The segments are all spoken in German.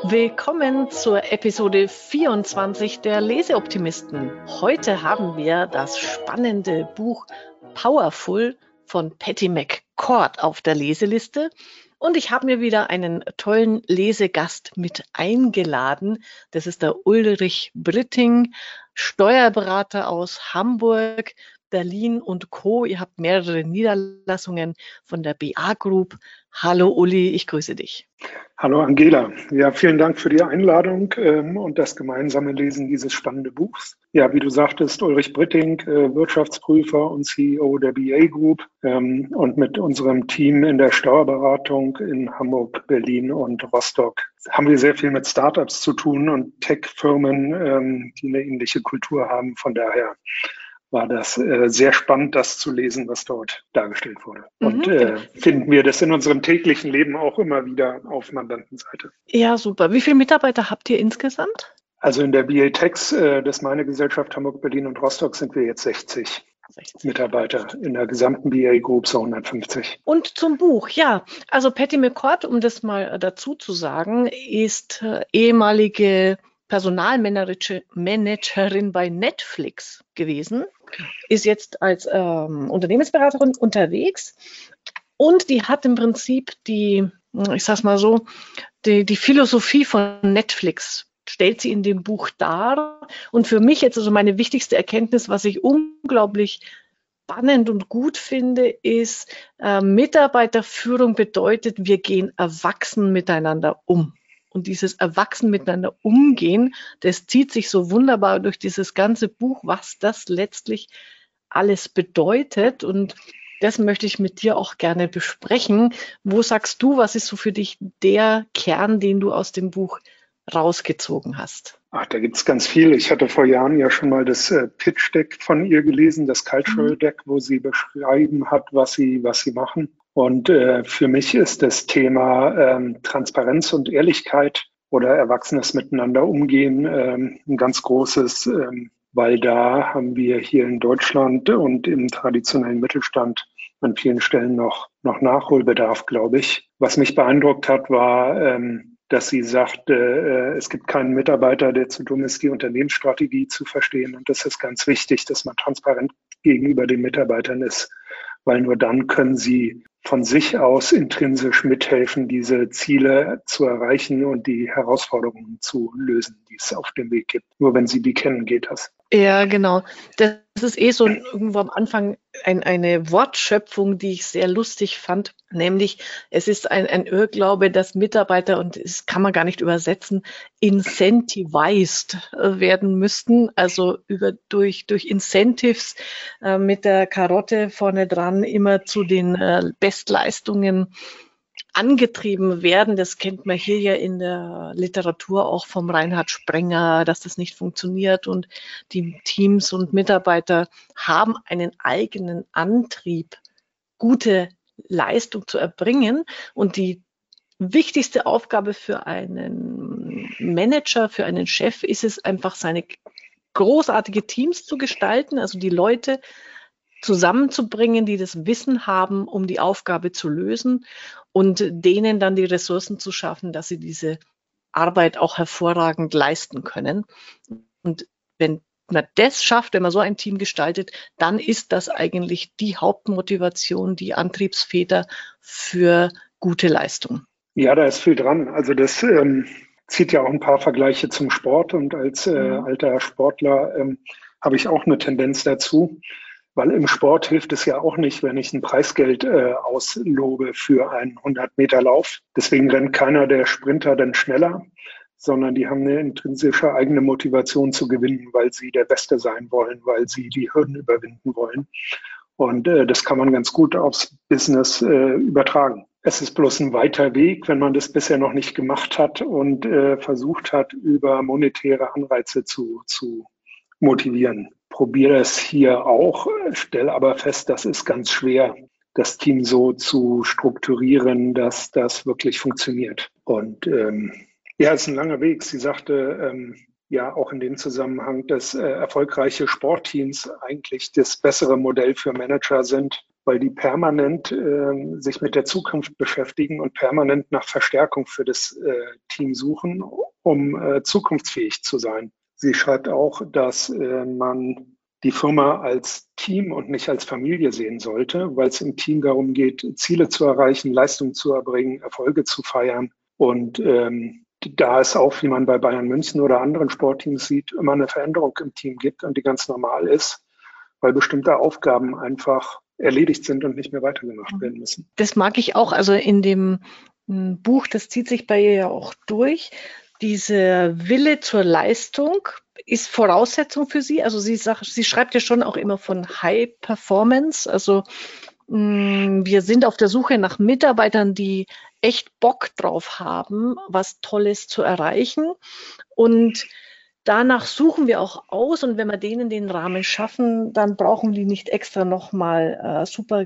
Willkommen zur Episode 24 der Leseoptimisten. Heute haben wir das spannende Buch Powerful von Patty McCord auf der Leseliste. Und ich habe mir wieder einen tollen Lesegast mit eingeladen. Das ist der Ulrich Britting, Steuerberater aus Hamburg, Berlin und Co. Ihr habt mehrere Niederlassungen von der BA Group. Hallo Uli, ich grüße dich. Hallo Angela. Ja, vielen Dank für die Einladung und das gemeinsame Lesen dieses spannenden Buchs. Ja, wie du sagtest, Ulrich Britting, Wirtschaftsprüfer und CEO der BA Group und mit unserem Team in der Steuerberatung in Hamburg, Berlin und Rostock haben wir sehr viel mit Startups zu tun und Tech-Firmen, die eine ähnliche Kultur haben. Von daher war das sehr spannend, das zu lesen, was dort dargestellt wurde. Und finden wir das in unserem täglichen Leben auch immer wieder auf Mandantenseite. Ja, super. Wie viele Mitarbeiter habt ihr insgesamt? Also in der BA Techs, das ist meine Gesellschaft, Hamburg, Berlin und Rostock, sind wir jetzt 60 Mitarbeiter. In der gesamten BA Group so 150. Und zum Buch, ja. Also Patty McCord, um das mal dazu zu sagen, ist ehemalige Personalmanagerin bei Netflix gewesen, ist jetzt als Unternehmensberaterin unterwegs und die hat im Prinzip die Philosophie von Netflix stellt sie in dem Buch dar. Und für mich jetzt also meine wichtigste Erkenntnis, was ich unglaublich spannend und gut finde, ist, Mitarbeiterführung bedeutet, wir gehen erwachsen miteinander um. Und dieses Erwachsen miteinander umgehen, das zieht sich so wunderbar durch dieses ganze Buch, was das letztlich alles bedeutet. Und das möchte ich mit dir auch gerne besprechen. Wo sagst du, was ist so für dich der Kern, den du aus dem Buch rausgezogen hast? Ach, da gibt's ganz viel. Ich hatte vor Jahren ja schon mal das Pitch-Deck von ihr gelesen, das Cultural Deck, wo sie beschrieben hat, was sie machen. Und für mich ist das Thema Transparenz und Ehrlichkeit oder erwachsenes Miteinander umgehen ein ganz großes, weil da haben wir hier in Deutschland und im traditionellen Mittelstand an vielen Stellen noch Nachholbedarf, glaube ich. Was mich beeindruckt hat, war, dass sie sagte, es gibt keinen Mitarbeiter, der zu dumm ist, die Unternehmensstrategie zu verstehen. Und das ist ganz wichtig, dass man transparent gegenüber den Mitarbeitern ist, weil nur dann können sie von sich aus intrinsisch mithelfen, diese Ziele zu erreichen und die Herausforderungen zu lösen, die es auf dem Weg gibt. Nur wenn sie die kennen, geht das. Ja, genau. Das ist so irgendwo am Anfang eine Wortschöpfung, die ich sehr lustig fand, nämlich es ist ein Irrglaube, dass Mitarbeiter, und das kann man gar nicht übersetzen, incentivized werden müssten, also durch Incentives mit der Karotte vorne dran immer zu den Bestleistungen angetrieben werden. Das kennt man hier ja in der Literatur auch vom Reinhard Sprenger, dass das nicht funktioniert und die Teams und Mitarbeiter haben einen eigenen Antrieb, gute Leistung zu erbringen. Und die wichtigste Aufgabe für einen Manager, für einen Chef ist es einfach, seine großartige Teams zu gestalten, also die Leute zusammenzubringen, die das Wissen haben, um die Aufgabe zu lösen und denen dann die Ressourcen zu schaffen, dass sie diese Arbeit auch hervorragend leisten können. Und wenn man das schafft, wenn man so ein Team gestaltet, dann ist das eigentlich die Hauptmotivation, die Antriebsfeder für gute Leistung. Ja, da ist viel dran. Also das zieht ja auch ein paar Vergleiche zum Sport und als alter Sportler habe ich auch eine Tendenz dazu. Weil im Sport hilft es ja auch nicht, wenn ich ein Preisgeld auslobe für einen 100-Meter-Lauf. Deswegen rennt keiner der Sprinter dann schneller, sondern die haben eine intrinsische eigene Motivation zu gewinnen, weil sie der Beste sein wollen, weil sie die Hürden überwinden wollen. Und das kann man ganz gut aufs Business übertragen. Es ist bloß ein weiter Weg, wenn man das bisher noch nicht gemacht hat und versucht hat, über monetäre Anreize zu motivieren. Probiere es hier auch, stelle aber fest, das ist ganz schwer, das Team so zu strukturieren, dass das wirklich funktioniert. Und ja, es ist ein langer Weg. Sie sagte ja auch in dem Zusammenhang, dass erfolgreiche Sportteams eigentlich das bessere Modell für Manager sind, weil die permanent sich mit der Zukunft beschäftigen und permanent nach Verstärkung für das Team suchen, um zukunftsfähig zu sein. Sie schreibt auch, dass man die Firma als Team und nicht als Familie sehen sollte, weil es im Team darum geht, Ziele zu erreichen, Leistungen zu erbringen, Erfolge zu feiern. Und da es auch, wie man bei Bayern München oder anderen Sportteams sieht, immer eine Veränderung im Team gibt und die ganz normal ist, weil bestimmte Aufgaben einfach erledigt sind und nicht mehr weitergemacht werden müssen. Das mag ich auch. Also in dem Buch, das zieht sich bei ihr ja auch durch. Dieser Wille zur Leistung ist Voraussetzung für sie. Also sie schreibt ja schon auch immer von High Performance. Also wir sind auf der Suche nach Mitarbeitern, die echt Bock drauf haben, was Tolles zu erreichen. Und danach suchen wir auch aus. Und wenn wir denen den Rahmen schaffen, dann brauchen die nicht extra nochmal super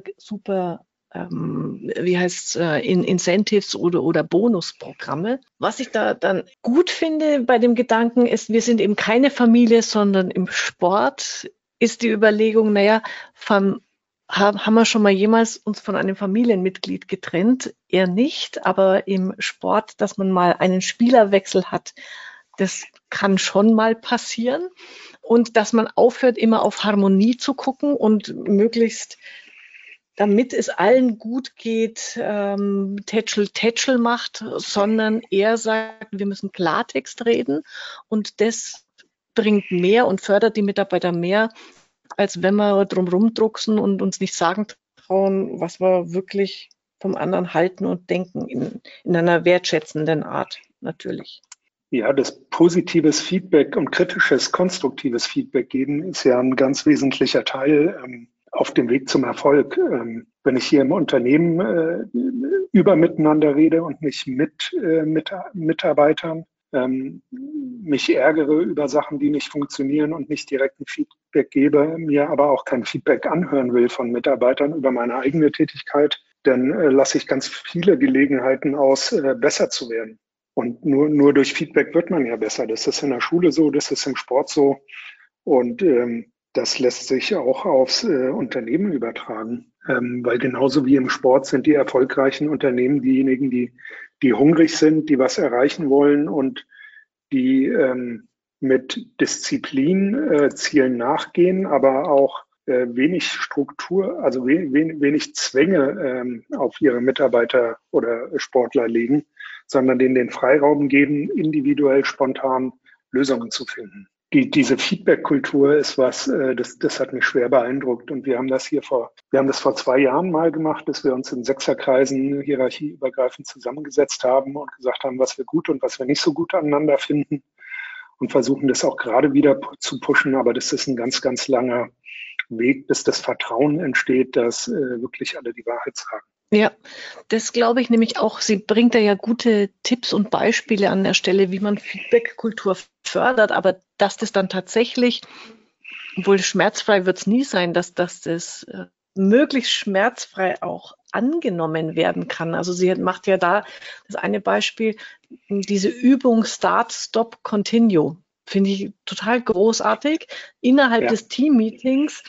Incentives oder Bonusprogramme. Was ich da dann gut finde bei dem Gedanken ist, wir sind eben keine Familie, sondern im Sport ist die Überlegung, haben wir schon mal jemals uns von einem Familienmitglied getrennt? Eher nicht, aber im Sport, dass man mal einen Spielerwechsel hat, das kann schon mal passieren. Und dass man aufhört, immer auf Harmonie zu gucken und möglichst, damit es allen gut geht, Tätschel macht, sondern eher sagt, wir müssen Klartext reden und das bringt mehr und fördert die Mitarbeiter mehr, als wenn wir drumherum drucksen und uns nicht sagen trauen, was wir wirklich vom anderen halten und denken, in einer wertschätzenden Art natürlich. Ja, das positives Feedback und kritisches, konstruktives Feedback geben ist ja ein ganz wesentlicher Teil auf dem Weg zum Erfolg. Wenn ich hier im Unternehmen über miteinander rede und nicht mit Mitarbeitern, mich ärgere über Sachen, die nicht funktionieren und nicht direkt ein Feedback gebe, mir aber auch kein Feedback anhören will von Mitarbeitern über meine eigene Tätigkeit, dann lasse ich ganz viele Gelegenheiten aus, besser zu werden. Und nur durch Feedback wird man ja besser. Das ist in der Schule so, das ist im Sport so. Und das lässt sich auch aufs Unternehmen übertragen. Weil genauso wie im Sport sind die erfolgreichen Unternehmen diejenigen, die hungrig sind, die was erreichen wollen und die mit Disziplin Zielen nachgehen, aber auch wenig Struktur, also wenig Zwänge auf ihre Mitarbeiter oder Sportler legen, sondern denen den Freiraum geben, individuell spontan Lösungen zu finden. Diese Feedback-Kultur ist was, das hat mich schwer beeindruckt. Und wir haben das vor 2 Jahren mal gemacht, dass wir uns in Sechserkreisen hierarchieübergreifend zusammengesetzt haben und gesagt haben, was wir gut und was wir nicht so gut aneinander finden und versuchen das auch gerade wieder zu pushen. Aber das ist ein ganz, ganz langer Weg, bis das Vertrauen entsteht, dass wirklich alle die Wahrheit sagen. Ja, das glaube ich nämlich auch. Sie bringt da ja gute Tipps und Beispiele an der Stelle, wie man Feedback-Kultur fördert, aber dass das dann tatsächlich, obwohl schmerzfrei wird es nie sein, dass das möglichst schmerzfrei auch angenommen werden kann. Also sie macht ja da das eine Beispiel, diese Übung Start, Stop, Continue. Finde ich total großartig. Innerhalb des Teammeetings,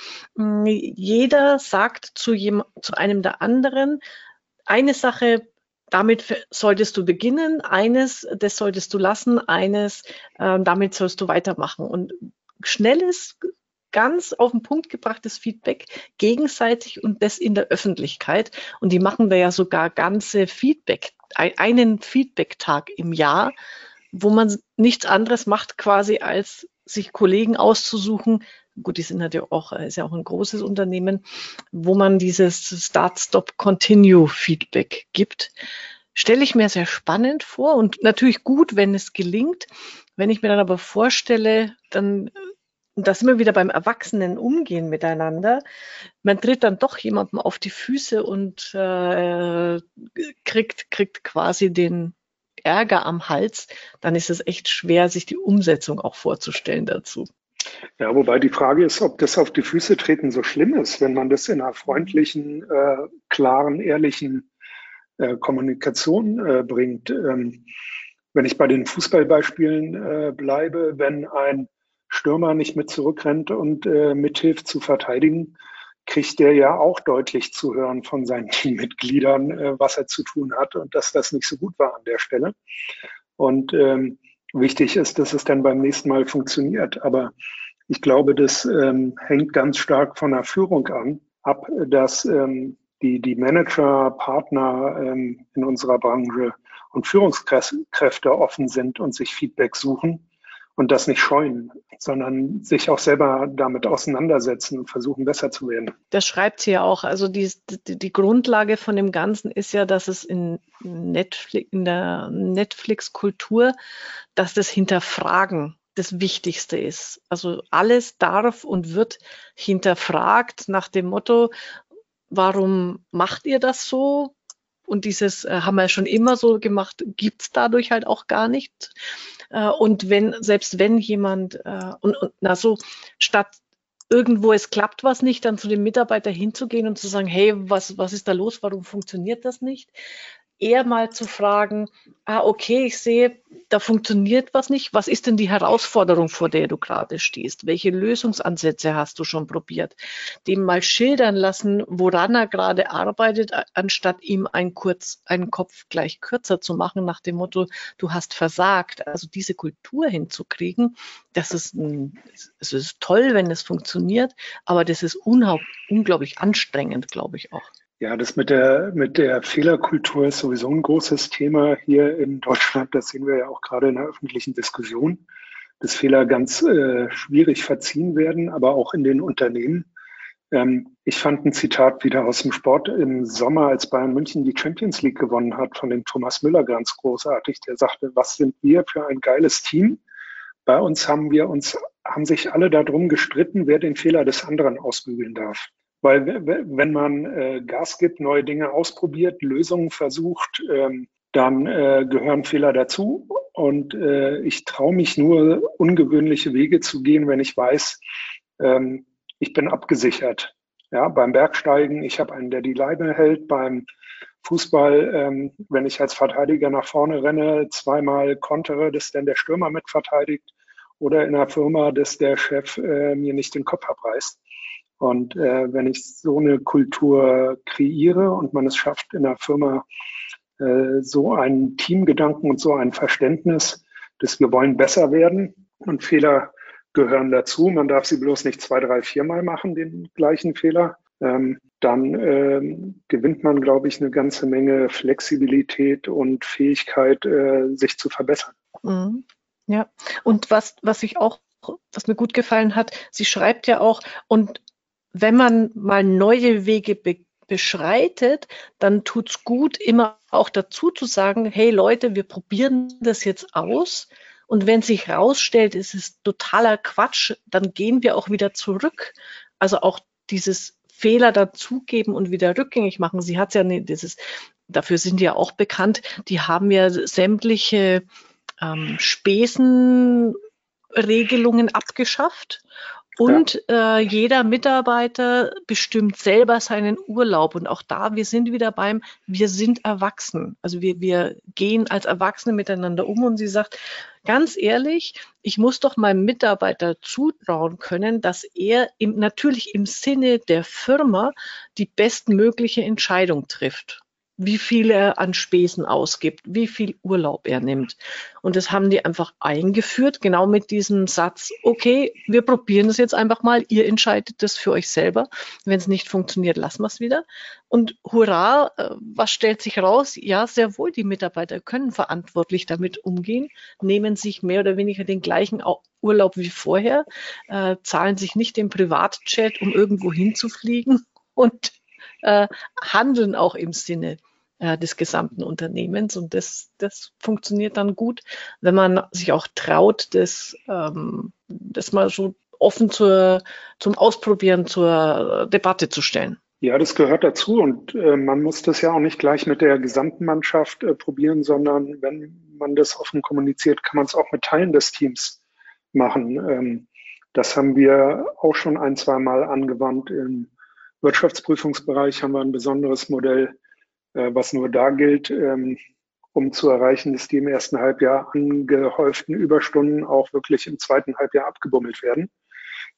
jeder sagt zu einem der anderen, eine Sache, damit solltest du beginnen, das solltest du lassen, damit sollst du weitermachen. Und schnelles, ganz auf den Punkt gebrachtes Feedback gegenseitig und das in der Öffentlichkeit. Und die machen da ja sogar ganze einen Feedback-Tag im Jahr, wo man nichts anderes macht quasi, als sich Kollegen auszusuchen. Gut, die sind halt ja auch, ist ja auch ein großes Unternehmen, wo man dieses Start, Stop, Continue Feedback gibt. Stelle ich mir sehr spannend vor und natürlich gut, wenn es gelingt. Wenn ich mir dann aber vorstelle, dann, und da sind wir wieder beim Erwachsenen Umgehen miteinander, man tritt dann doch jemandem auf die Füße und kriegt quasi den Ärger am Hals, dann ist es echt schwer, sich die Umsetzung auch vorzustellen dazu. Ja, wobei die Frage ist, ob das auf die Füße treten so schlimm ist, wenn man das in einer freundlichen, klaren, ehrlichen Kommunikation bringt. Wenn ich bei den Fußballbeispielen bleibe, wenn ein Stürmer nicht mit zurückrennt und mithilft zu verteidigen, kriegt der ja auch deutlich zu hören von seinen Teammitgliedern, was er zu tun hat und dass das nicht so gut war an der Stelle. Und wichtig ist, dass es dann beim nächsten Mal funktioniert. Aber ich glaube, das hängt ganz stark von der Führung ab, dass die Manager, Partner in unserer Branche und Führungskräfte offen sind und sich Feedback suchen und das nicht scheuen, sondern sich auch selber damit auseinandersetzen und versuchen, besser zu werden. Das schreibt sie ja auch. Also die Grundlage von dem Ganzen ist ja, dass es in der Netflix-Kultur, dass das Hinterfragen das Wichtigste ist. Also alles darf und wird hinterfragt nach dem Motto, warum macht ihr das so? Und dieses haben wir schon immer so gemacht, gibt's dadurch halt auch gar nicht. Und selbst wenn jemand, statt irgendwo es klappt was nicht, dann zu dem Mitarbeiter hinzugehen und zu sagen, hey, was ist da los? Warum funktioniert das nicht? Eher mal zu fragen, okay, ich sehe, da funktioniert was nicht. Was ist denn die Herausforderung, vor der du gerade stehst? Welche Lösungsansätze hast du schon probiert? Dem mal schildern lassen, woran er gerade arbeitet, anstatt ihm einen Kopf gleich kürzer zu machen, nach dem Motto, du hast versagt. Also diese Kultur hinzukriegen, es ist toll, wenn es funktioniert, aber das ist unglaublich anstrengend, glaube ich auch. Ja, das mit der Fehlerkultur ist sowieso ein großes Thema hier in Deutschland. Das sehen wir ja auch gerade in der öffentlichen Diskussion, dass Fehler ganz schwierig verziehen werden, aber auch in den Unternehmen. Ich fand ein Zitat wieder aus dem Sport im Sommer, als Bayern München die Champions League gewonnen hat, von dem Thomas Müller ganz großartig. Der sagte, was sind wir für ein geiles Team? Bei uns haben sich alle darum gestritten, wer den Fehler des anderen ausbügeln darf. Weil wenn man Gas gibt, neue Dinge ausprobiert, Lösungen versucht, dann gehören Fehler dazu. Und ich traue mich nur, ungewöhnliche Wege zu gehen, wenn ich weiß, ich bin abgesichert. Ja, beim Bergsteigen, ich habe einen, der die Leine hält. Beim Fußball, wenn ich als Verteidiger nach vorne renne, zweimal kontere, dass dann der Stürmer mitverteidigt. Oder in der Firma, dass der Chef mir nicht den Kopf abreißt. Und wenn ich so eine Kultur kreiere und man es schafft, in der Firma so einen Teamgedanken und so ein Verständnis, dass wir wollen besser werden und Fehler gehören dazu. Man darf sie bloß nicht 2, 3, 4 Mal machen, den gleichen Fehler. Dann gewinnt man, glaube ich, eine ganze Menge Flexibilität und Fähigkeit, sich zu verbessern. Mhm. Ja, und was mir gut gefallen hat, sie schreibt ja auch, und wenn man mal neue Wege beschreitet, dann tut's gut, immer auch dazu zu sagen, hey Leute, wir probieren das jetzt aus. Und wenn sich herausstellt, es ist totaler Quatsch, dann gehen wir auch wieder zurück. Also auch dieses Fehler dazugeben und wieder rückgängig machen. Sie hat ja dafür sind die ja auch bekannt, die haben ja sämtliche Spesenregelungen abgeschafft. Und jeder Mitarbeiter bestimmt selber seinen Urlaub. Und auch da, wir sind wieder wir sind erwachsen. Also wir gehen als Erwachsene miteinander um. Und sie sagt, ganz ehrlich, ich muss doch meinem Mitarbeiter zutrauen können, dass er natürlich im Sinne der Firma die bestmögliche Entscheidung trifft. Wie viel er an Spesen ausgibt, wie viel Urlaub er nimmt. Und das haben die einfach eingeführt, genau mit diesem Satz, okay, wir probieren es jetzt einfach mal, ihr entscheidet das für euch selber. Wenn es nicht funktioniert, lassen wir es wieder. Und hurra, was stellt sich raus? Ja, sehr wohl, die Mitarbeiter können verantwortlich damit umgehen, nehmen sich mehr oder weniger den gleichen Urlaub wie vorher, zahlen sich nicht den Privatjet, um irgendwo hinzufliegen und handeln auch im Sinne des gesamten Unternehmens. Und das funktioniert dann gut, wenn man sich auch traut, das mal so offen zum Ausprobieren, zur Debatte zu stellen. Ja, das gehört dazu und man muss das ja auch nicht gleich mit der gesamten Mannschaft probieren, sondern wenn man das offen kommuniziert, kann man es auch mit Teilen des Teams machen. Das haben wir auch schon 1, 2 Mal angewandt. Im Wirtschaftsprüfungsbereich haben wir ein besonderes Modell, was nur da gilt, um zu erreichen, dass die im ersten Halbjahr angehäuften Überstunden auch wirklich im zweiten Halbjahr abgebummelt werden.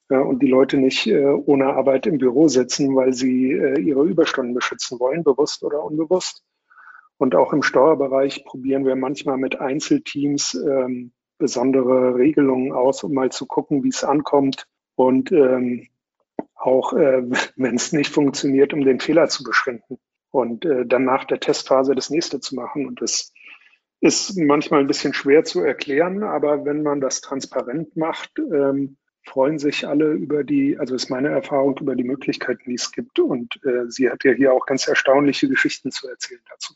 und die Leute nicht ohne Arbeit im Büro sitzen, weil sie ihre Überstunden beschützen wollen, bewusst oder unbewusst. Und auch im Steuerbereich probieren wir manchmal mit Einzelteams besondere Regelungen aus, um mal zu gucken, wie es ankommt. Und auch wenn es nicht funktioniert, um den Fehler zu beschränken und dann nach der Testphase das nächste zu machen. Und das ist manchmal ein bisschen schwer zu erklären, aber wenn man das transparent macht, freuen sich alle also ist meine Erfahrung, über die Möglichkeiten, die es gibt. Und sie hat ja hier auch ganz erstaunliche Geschichten zu erzählen dazu.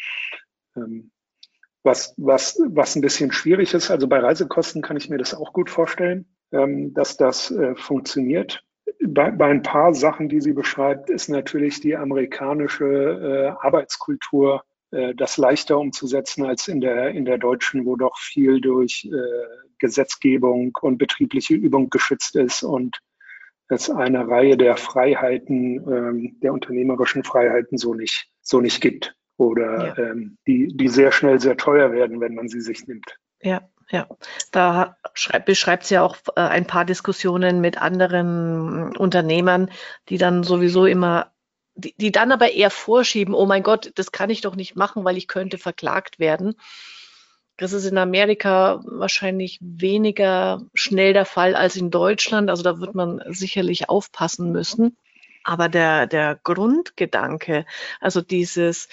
Was ein bisschen schwierig ist, also bei Reisekosten kann ich mir das auch gut vorstellen, dass das funktioniert. Bei ein paar Sachen, die sie beschreibt, ist natürlich die amerikanische Arbeitskultur das leichter umzusetzen als in der deutschen, wo doch viel durch Gesetzgebung und betriebliche Übung geschützt ist und es eine Reihe der Freiheiten, der unternehmerischen Freiheiten so nicht gibt oder die sehr schnell sehr teuer werden, wenn man sie sich nimmt. Ja. Da beschreibt sie ja auch ein paar Diskussionen mit anderen Unternehmern, die dann sowieso immer, die dann aber eher vorschieben, oh mein Gott, das kann ich doch nicht machen, weil ich könnte verklagt werden. Das ist in Amerika wahrscheinlich weniger schnell der Fall als in Deutschland. Also da wird man sicherlich aufpassen müssen. Aber der Grundgedanke, also dieses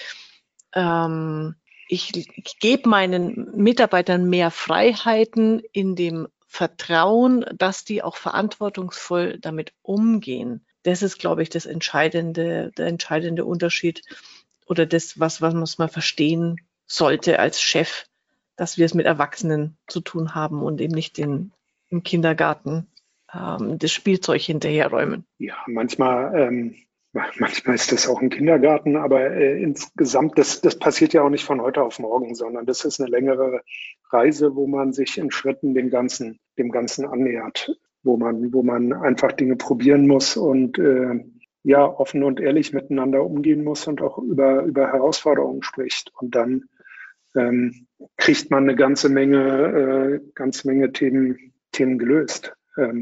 ich gebe meinen Mitarbeitern mehr Freiheiten in dem Vertrauen, dass die auch verantwortungsvoll damit umgehen. Das ist, glaube ich, der entscheidende Unterschied oder das, was man verstehen sollte als Chef, dass wir es mit Erwachsenen zu tun haben und eben nicht im Kindergarten das Spielzeug hinterherräumen. Ja, manchmal ist das auch im Kindergarten, aber insgesamt, das passiert ja auch nicht von heute auf morgen, sondern das ist eine längere Reise, wo man sich in Schritten dem Ganzen annähert, wo man einfach Dinge probieren muss und offen und ehrlich miteinander umgehen muss und auch über Herausforderungen spricht. Und dann kriegt man eine ganze Menge Themen gelöst.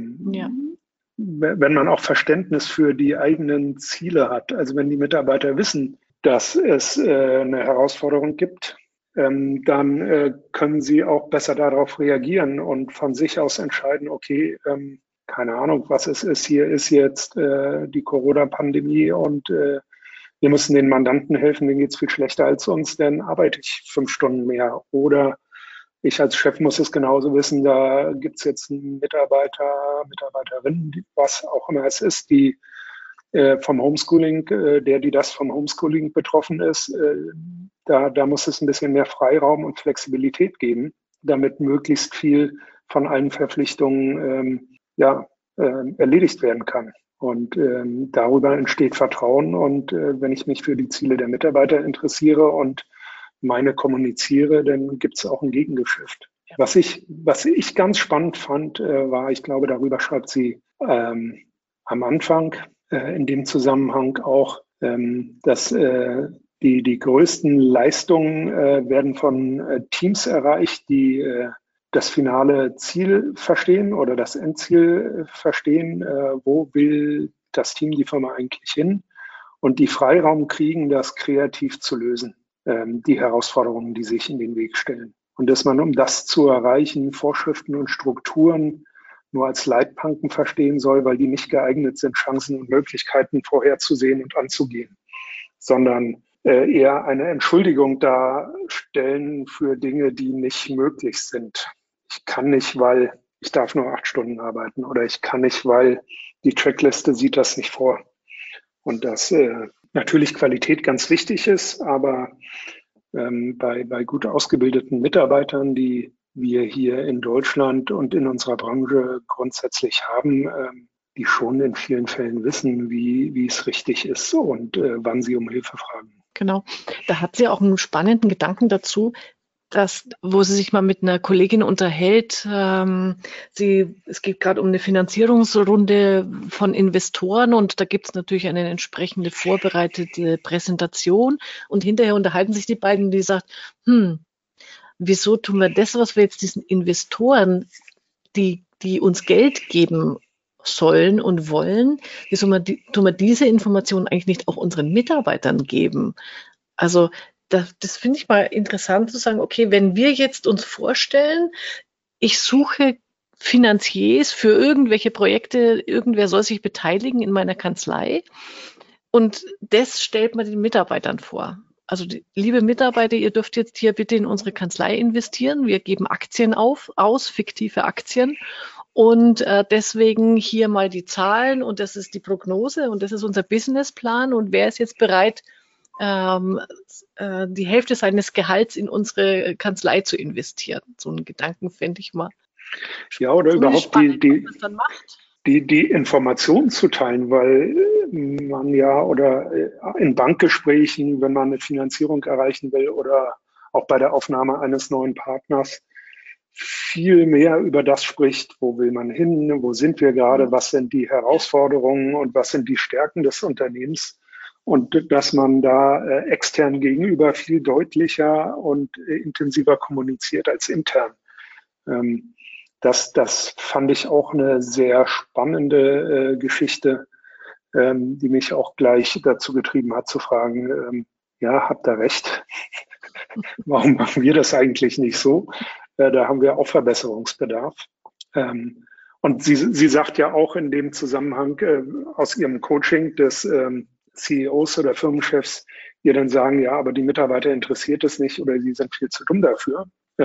Wenn man auch Verständnis für die eigenen Ziele hat, also wenn die Mitarbeiter wissen, dass es eine Herausforderung gibt, dann können sie auch besser darauf reagieren und von sich aus entscheiden, okay, keine Ahnung, was es ist. Hier ist jetzt die Corona-Pandemie und wir müssen den Mandanten helfen, denen geht es viel schlechter als uns, dann arbeite ich 5 Stunden mehr. Oder ich als Chef muss es genauso wissen, da gibt es jetzt einen Mitarbeiter, Mitarbeiterin, was auch immer es ist, die vom Homeschooling, die das vom Homeschooling betroffen ist, da muss es ein bisschen mehr Freiraum und Flexibilität geben, damit möglichst viel von allen Verpflichtungen erledigt werden kann. Und darüber entsteht Vertrauen. Und wenn ich mich für die Ziele der Mitarbeiter interessiere und meine kommuniziere, dann gibt es auch ein Gegengeschäft. Was ich ganz spannend fand, war, ich glaube, darüber schreibt sie am Anfang in dem Zusammenhang auch, dass die größten Leistungen werden von Teams erreicht, die das finale Ziel verstehen oder das Endziel verstehen, wo will das Team, die Firma eigentlich hin und die Freiraum kriegen, das kreativ zu lösen. Die Herausforderungen, die sich in den Weg stellen. Und dass man, um das zu erreichen, Vorschriften und Strukturen nur als Leitplanken verstehen soll, weil die nicht geeignet sind, Chancen und Möglichkeiten vorherzusehen und anzugehen, sondern eher eine Entschuldigung darstellen für Dinge, die nicht möglich sind. Ich kann nicht, weil ich darf nur 8 Stunden arbeiten oder ich kann nicht, weil die Checkliste sieht das nicht vor. Und dass natürlich Qualität ganz wichtig ist, aber bei gut ausgebildeten Mitarbeitern, die wir hier in Deutschland und in unserer Branche grundsätzlich haben, die schon in vielen Fällen wissen, wie es richtig ist und wann sie um Hilfe fragen. Genau, da hat sie auch einen spannenden Gedanken dazu, wo sie sich mal mit einer Kollegin unterhält. Es geht gerade um eine Finanzierungsrunde von Investoren und da gibt es natürlich eine entsprechende vorbereitete Präsentation und hinterher unterhalten sich die beiden, die sagt, wieso tun wir das, was wir jetzt diesen Investoren, die uns Geld geben sollen und wollen, tun wir diese Informationen eigentlich nicht auch unseren Mitarbeitern geben? Also das finde ich mal interessant zu sagen, okay, wenn wir jetzt uns vorstellen, ich suche Finanziers für irgendwelche Projekte, irgendwer soll sich beteiligen in meiner Kanzlei und das stellt man den Mitarbeitern vor. Also liebe Mitarbeiter, ihr dürft jetzt hier bitte in unsere Kanzlei investieren. Wir geben Aktien aus, fiktive Aktien. Und deswegen hier mal die Zahlen und das ist die Prognose und das ist unser Businessplan. Und wer ist jetzt bereit, die Hälfte seines Gehalts in unsere Kanzlei zu investieren? So einen Gedanken fände ich mal. Ja, oder überhaupt die Informationen zu teilen, weil man ja oder in Bankgesprächen, wenn man eine Finanzierung erreichen will oder auch bei der Aufnahme eines neuen Partners, viel mehr über das spricht, wo will man hin, wo sind wir gerade, was sind die Herausforderungen und was sind die Stärken des Unternehmens und dass man da extern gegenüber viel deutlicher und intensiver kommuniziert als intern. Das fand ich auch eine sehr spannende Geschichte, die mich auch gleich dazu getrieben hat zu fragen, ja, habt ihr recht, warum machen wir das eigentlich nicht so? Da haben wir auch Verbesserungsbedarf. Und sie sagt ja auch in dem Zusammenhang aus ihrem Coaching des CEOs oder Firmenchefs, ihr dann sagen, ja, aber die Mitarbeiter interessiert es nicht oder sie sind viel zu dumm dafür.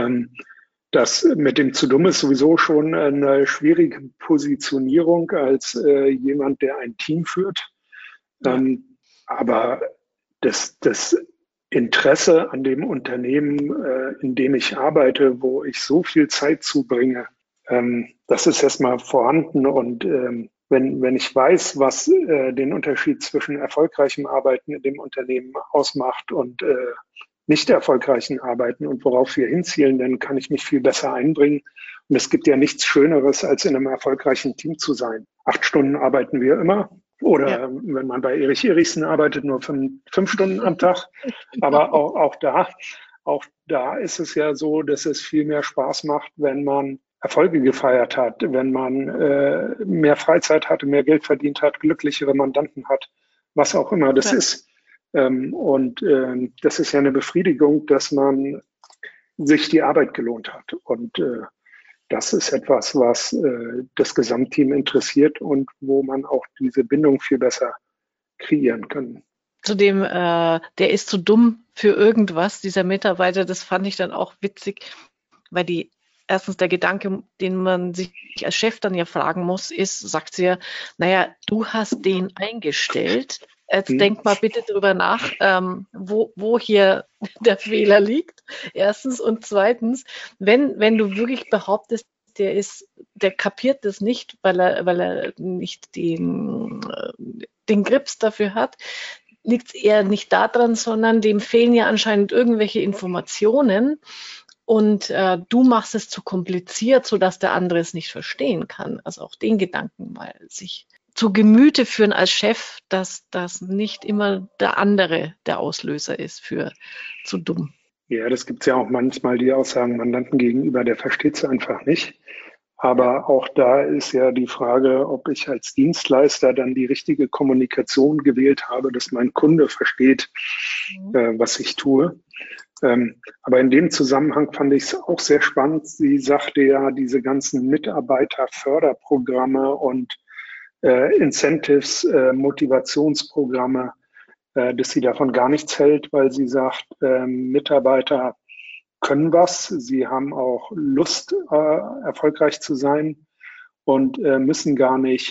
Das mit dem zu dumm ist sowieso schon eine schwierige Positionierung als jemand, der ein Team führt. Ja. Aber das Interesse an dem Unternehmen, in dem ich arbeite, wo ich so viel Zeit zubringe, das ist erstmal vorhanden. Und wenn ich weiß, was den Unterschied zwischen erfolgreichem Arbeiten in dem Unternehmen ausmacht und nicht erfolgreichen Arbeiten und worauf wir hinzielen, dann kann ich mich viel besser einbringen. Und es gibt ja nichts Schöneres, als in einem erfolgreichen Team zu sein. 8 Stunden arbeiten wir immer. Oder wenn man bei Erich Erichsen arbeitet, nur 5 Stunden am Tag. Aber auch da ist es ja so, dass es viel mehr Spaß macht, wenn man Erfolge gefeiert hat, wenn man mehr Freizeit hatte, mehr Geld verdient hat, glücklichere Mandanten hat, was auch immer das ist. Das ist ja eine Befriedigung, dass man sich die Arbeit gelohnt hat. Und das ist etwas, was das Gesamtteam interessiert und wo man auch diese Bindung viel besser kreieren kann. Zudem, der ist zu dumm für irgendwas, dieser Mitarbeiter, das fand ich dann auch witzig, weil erstens der Gedanke, den man sich als Chef dann ja fragen muss, ist, sagt sie ja, naja, du hast den eingestellt. Jetzt denk mal bitte drüber nach, wo hier der Fehler liegt. Erstens und zweitens, wenn du wirklich behauptest, der kapiert das nicht, weil er nicht den Grips dafür hat, liegt es eher nicht daran, sondern dem fehlen ja anscheinend irgendwelche Informationen und du machst es zu kompliziert, sodass der andere es nicht verstehen kann. Also auch den Gedanken mal sich zu Gemüte führen als Chef, dass das nicht immer der andere der Auslöser ist für zu dumm. Ja, das gibt es ja auch manchmal, die Aussagen Mandanten gegenüber, der versteht es einfach nicht. Aber auch da ist ja die Frage, ob ich als Dienstleister dann die richtige Kommunikation gewählt habe, dass mein Kunde versteht, was ich tue. Aber in dem Zusammenhang fand ich es auch sehr spannend. Sie sagte ja, diese ganzen Mitarbeiterförderprogramme und Incentives, Motivationsprogramme, dass sie davon gar nichts hält, weil sie sagt, Mitarbeiter können was, sie haben auch Lust, erfolgreich zu sein und müssen gar nicht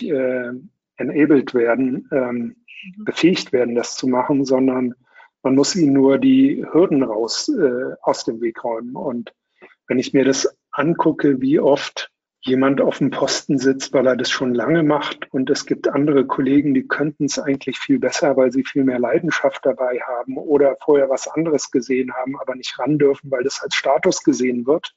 enabled werden, befähigt werden, das zu machen, sondern man muss ihnen nur die Hürden aus dem Weg räumen. Und wenn ich mir das angucke, wie oft jemand auf dem Posten sitzt, weil er das schon lange macht und es gibt andere Kollegen, die könnten es eigentlich viel besser, weil sie viel mehr Leidenschaft dabei haben oder vorher was anderes gesehen haben, aber nicht ran dürfen, weil das als Status gesehen wird.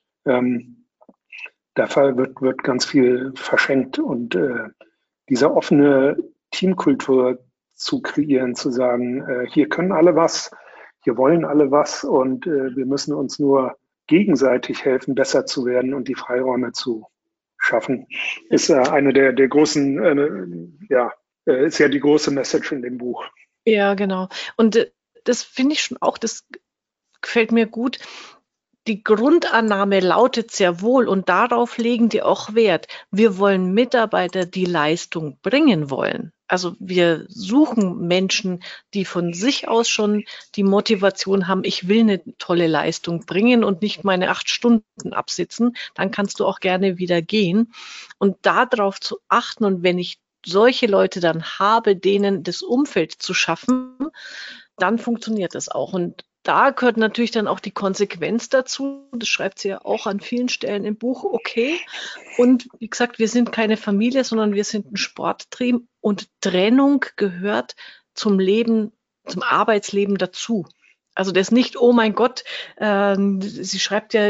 Der Fall wird ganz viel verschenkt und diese offene Teamkultur zu kreieren, zu sagen, hier können alle was, hier wollen alle was und wir müssen uns nur gegenseitig helfen, besser zu werden und die Freiräume zu schaffen. Ist eine der großen, ist ja die große Message in dem Buch. Ja, genau. Und das finde ich schon auch, das gefällt mir gut. Die Grundannahme lautet sehr wohl und darauf legen die auch Wert. Wir wollen Mitarbeiter, die Leistung bringen wollen. Also wir suchen Menschen, die von sich aus schon die Motivation haben, ich will eine tolle Leistung bringen und nicht meine 8 Stunden absitzen. Dann kannst du auch gerne wieder gehen. Und darauf zu achten und wenn ich solche Leute dann habe, denen das Umfeld zu schaffen, dann funktioniert das auch. Und da gehört natürlich dann auch die Konsequenz dazu. Das schreibt sie ja auch an vielen Stellen im Buch. Okay. Und wie gesagt, wir sind keine Familie, sondern wir sind ein Sportteam und Trennung gehört zum Leben, zum Arbeitsleben dazu. Also das nicht, oh mein Gott, sie schreibt ja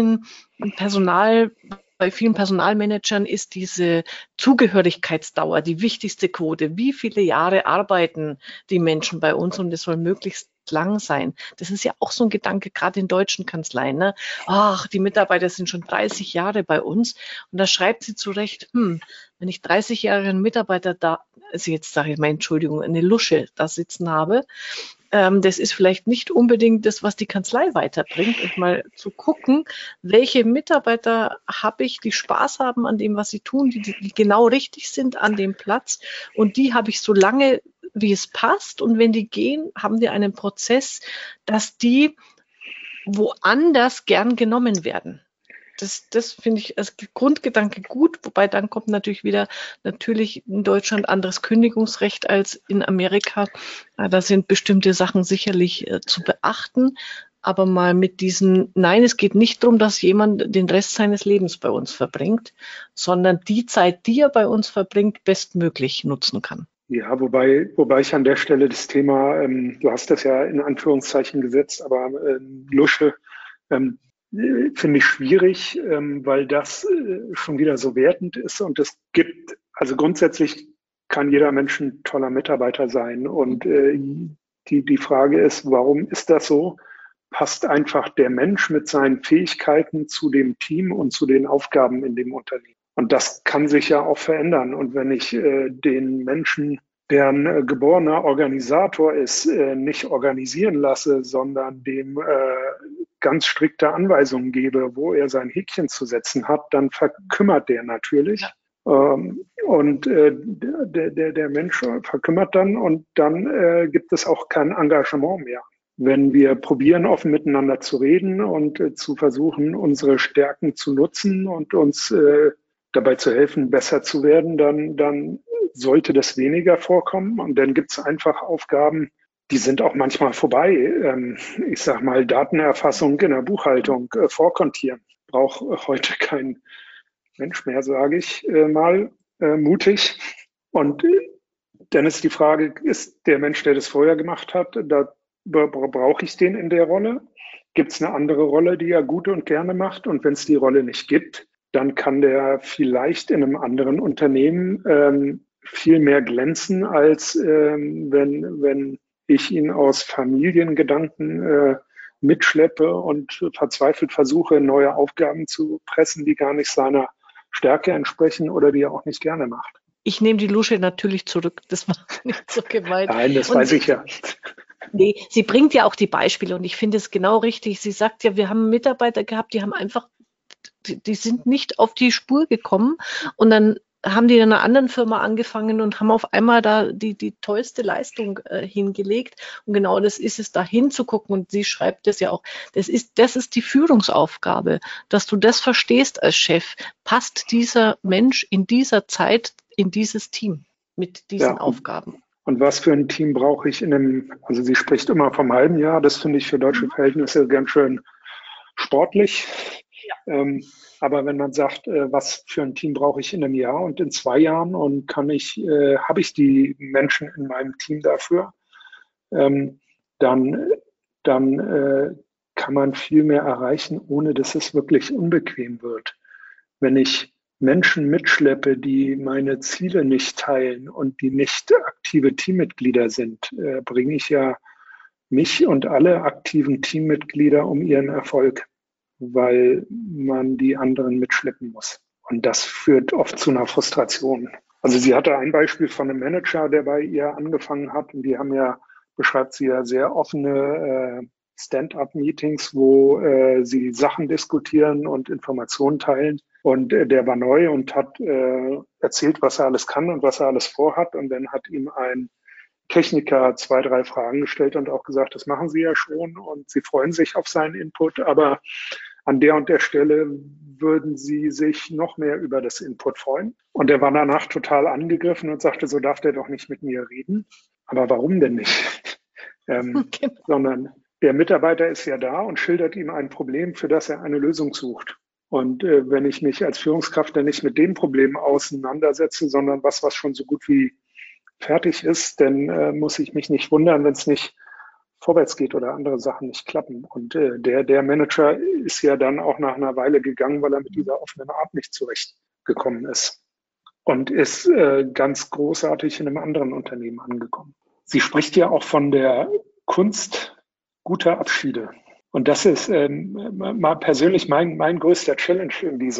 bei vielen Personalmanagern ist diese Zugehörigkeitsdauer die wichtigste Quote. Wie viele Jahre arbeiten die Menschen bei uns und es soll möglichst lang sein. Das ist ja auch so ein Gedanke, gerade in deutschen Kanzleien. Ne? Ach, die Mitarbeiter sind schon 30 Jahre bei uns. Und da schreibt sie zu Recht, wenn ich 30 Jahre einen Mitarbeiter da, also jetzt sage ich mal, Entschuldigung, eine Lusche da sitzen habe, das ist vielleicht nicht unbedingt das, was die Kanzlei weiterbringt. Und mal zu gucken, welche Mitarbeiter habe ich, die Spaß haben an dem, was sie tun, die genau richtig sind an dem Platz. Und die habe ich so lange, wie es passt. Und wenn die gehen, haben wir einen Prozess, dass die woanders gern genommen werden. Das finde ich als Grundgedanke gut, wobei dann kommt natürlich in Deutschland anderes Kündigungsrecht als in Amerika. Da sind bestimmte Sachen sicherlich zu beachten, aber mal mit nein, es geht nicht darum, dass jemand den Rest seines Lebens bei uns verbringt, sondern die Zeit, die er bei uns verbringt, bestmöglich nutzen kann. Ja, wobei ich an der Stelle das Thema, du hast das ja in Anführungszeichen gesetzt, aber Lusche, finde ich schwierig, weil das schon wieder so wertend ist und es gibt, also grundsätzlich kann jeder Mensch ein toller Mitarbeiter sein und die Frage ist, warum ist das so? Passt einfach der Mensch mit seinen Fähigkeiten zu dem Team und zu den Aufgaben in dem Unternehmen? Und das kann sich ja auch verändern. Und wenn ich den Menschen, der ein geborener Organisator ist, nicht organisieren lasse, sondern dem ganz strikte Anweisungen gebe, wo er sein Häkchen zu setzen hat, dann verkümmert der natürlich. Ja. Und der Mensch verkümmert dann und dann gibt es auch kein Engagement mehr. Wenn wir probieren, offen miteinander zu reden und zu versuchen, unsere Stärken zu nutzen und uns dabei zu helfen, besser zu werden, dann sollte das weniger vorkommen. Und dann gibt es einfach Aufgaben, die sind auch manchmal vorbei. Ich sage mal, Datenerfassung in der Buchhaltung, vorkontieren. Braucht heute kein Mensch mehr, sage ich mal, mutig. Und dann ist die Frage, ist der Mensch, der das vorher gemacht hat, da brauche ich den in der Rolle? Gibt es eine andere Rolle, die er gut und gerne macht? Und wenn es die Rolle nicht gibt, dann kann der vielleicht in einem anderen Unternehmen viel mehr glänzen, als wenn ich ihn aus Familiengedanken mitschleppe und verzweifelt versuche, neue Aufgaben zu pressen, die gar nicht seiner Stärke entsprechen oder die er auch nicht gerne macht. Ich nehme die Lusche natürlich zurück. Das war nicht so gemeint. Nein, das weiß ich ja. Nee, sie bringt ja auch die Beispiele und ich finde es genau richtig. Sie sagt ja, wir haben Mitarbeiter gehabt, die sind nicht auf die Spur gekommen und dann haben die in einer anderen Firma angefangen und haben auf einmal da die tollste Leistung hingelegt. Und genau das ist es, da hinzugucken. Und sie schreibt das ja auch. Das ist die Führungsaufgabe, dass du das verstehst als Chef. Passt dieser Mensch in dieser Zeit in dieses Team mit diesen Aufgaben? Und was für ein Team brauche ich also sie spricht immer vom halben Jahr. Das finde ich für deutsche Verhältnisse ganz schön sportlich. Ja. Aber wenn man sagt, was für ein Team brauche ich in einem Jahr und in 2 Jahren und habe ich die Menschen in meinem Team dafür, dann kann man viel mehr erreichen, ohne dass es wirklich unbequem wird. Wenn ich Menschen mitschleppe, die meine Ziele nicht teilen und die nicht aktive Teammitglieder sind, bringe ich ja mich und alle aktiven Teammitglieder um ihren Erfolg, weil man die anderen mitschleppen muss. Und das führt oft zu einer Frustration. Also sie hatte ein Beispiel von einem Manager, der bei ihr angefangen hat. Und die haben ja, beschreibt sie ja, sehr offene Stand-up-Meetings, wo sie Sachen diskutieren und Informationen teilen. Und der war neu und hat erzählt, was er alles kann und was er alles vorhat. Und dann hat ihm ein Techniker 2, 3 Fragen gestellt und auch gesagt, das machen Sie ja schon und Sie freuen sich auf seinen Input, aber an der und der Stelle würden Sie sich noch mehr über das Input freuen. Und er war danach total angegriffen und sagte, so darf der doch nicht mit mir reden. Aber warum denn nicht? Sondern der Mitarbeiter ist ja da und schildert ihm ein Problem, für das er eine Lösung sucht. Und wenn ich mich als Führungskraft dann nicht mit dem Problem auseinandersetze, sondern was schon so gut wie fertig ist, dann muss ich mich nicht wundern, wenn es nicht vorwärts geht oder andere Sachen nicht klappen. Und der Manager ist ja dann auch nach einer Weile gegangen, weil er mit dieser offenen Art nicht zurechtgekommen ist und ist ganz großartig in einem anderen Unternehmen angekommen. Sie spricht ja auch von der Kunst guter Abschiede. Und das ist mal persönlich mein größter Challenge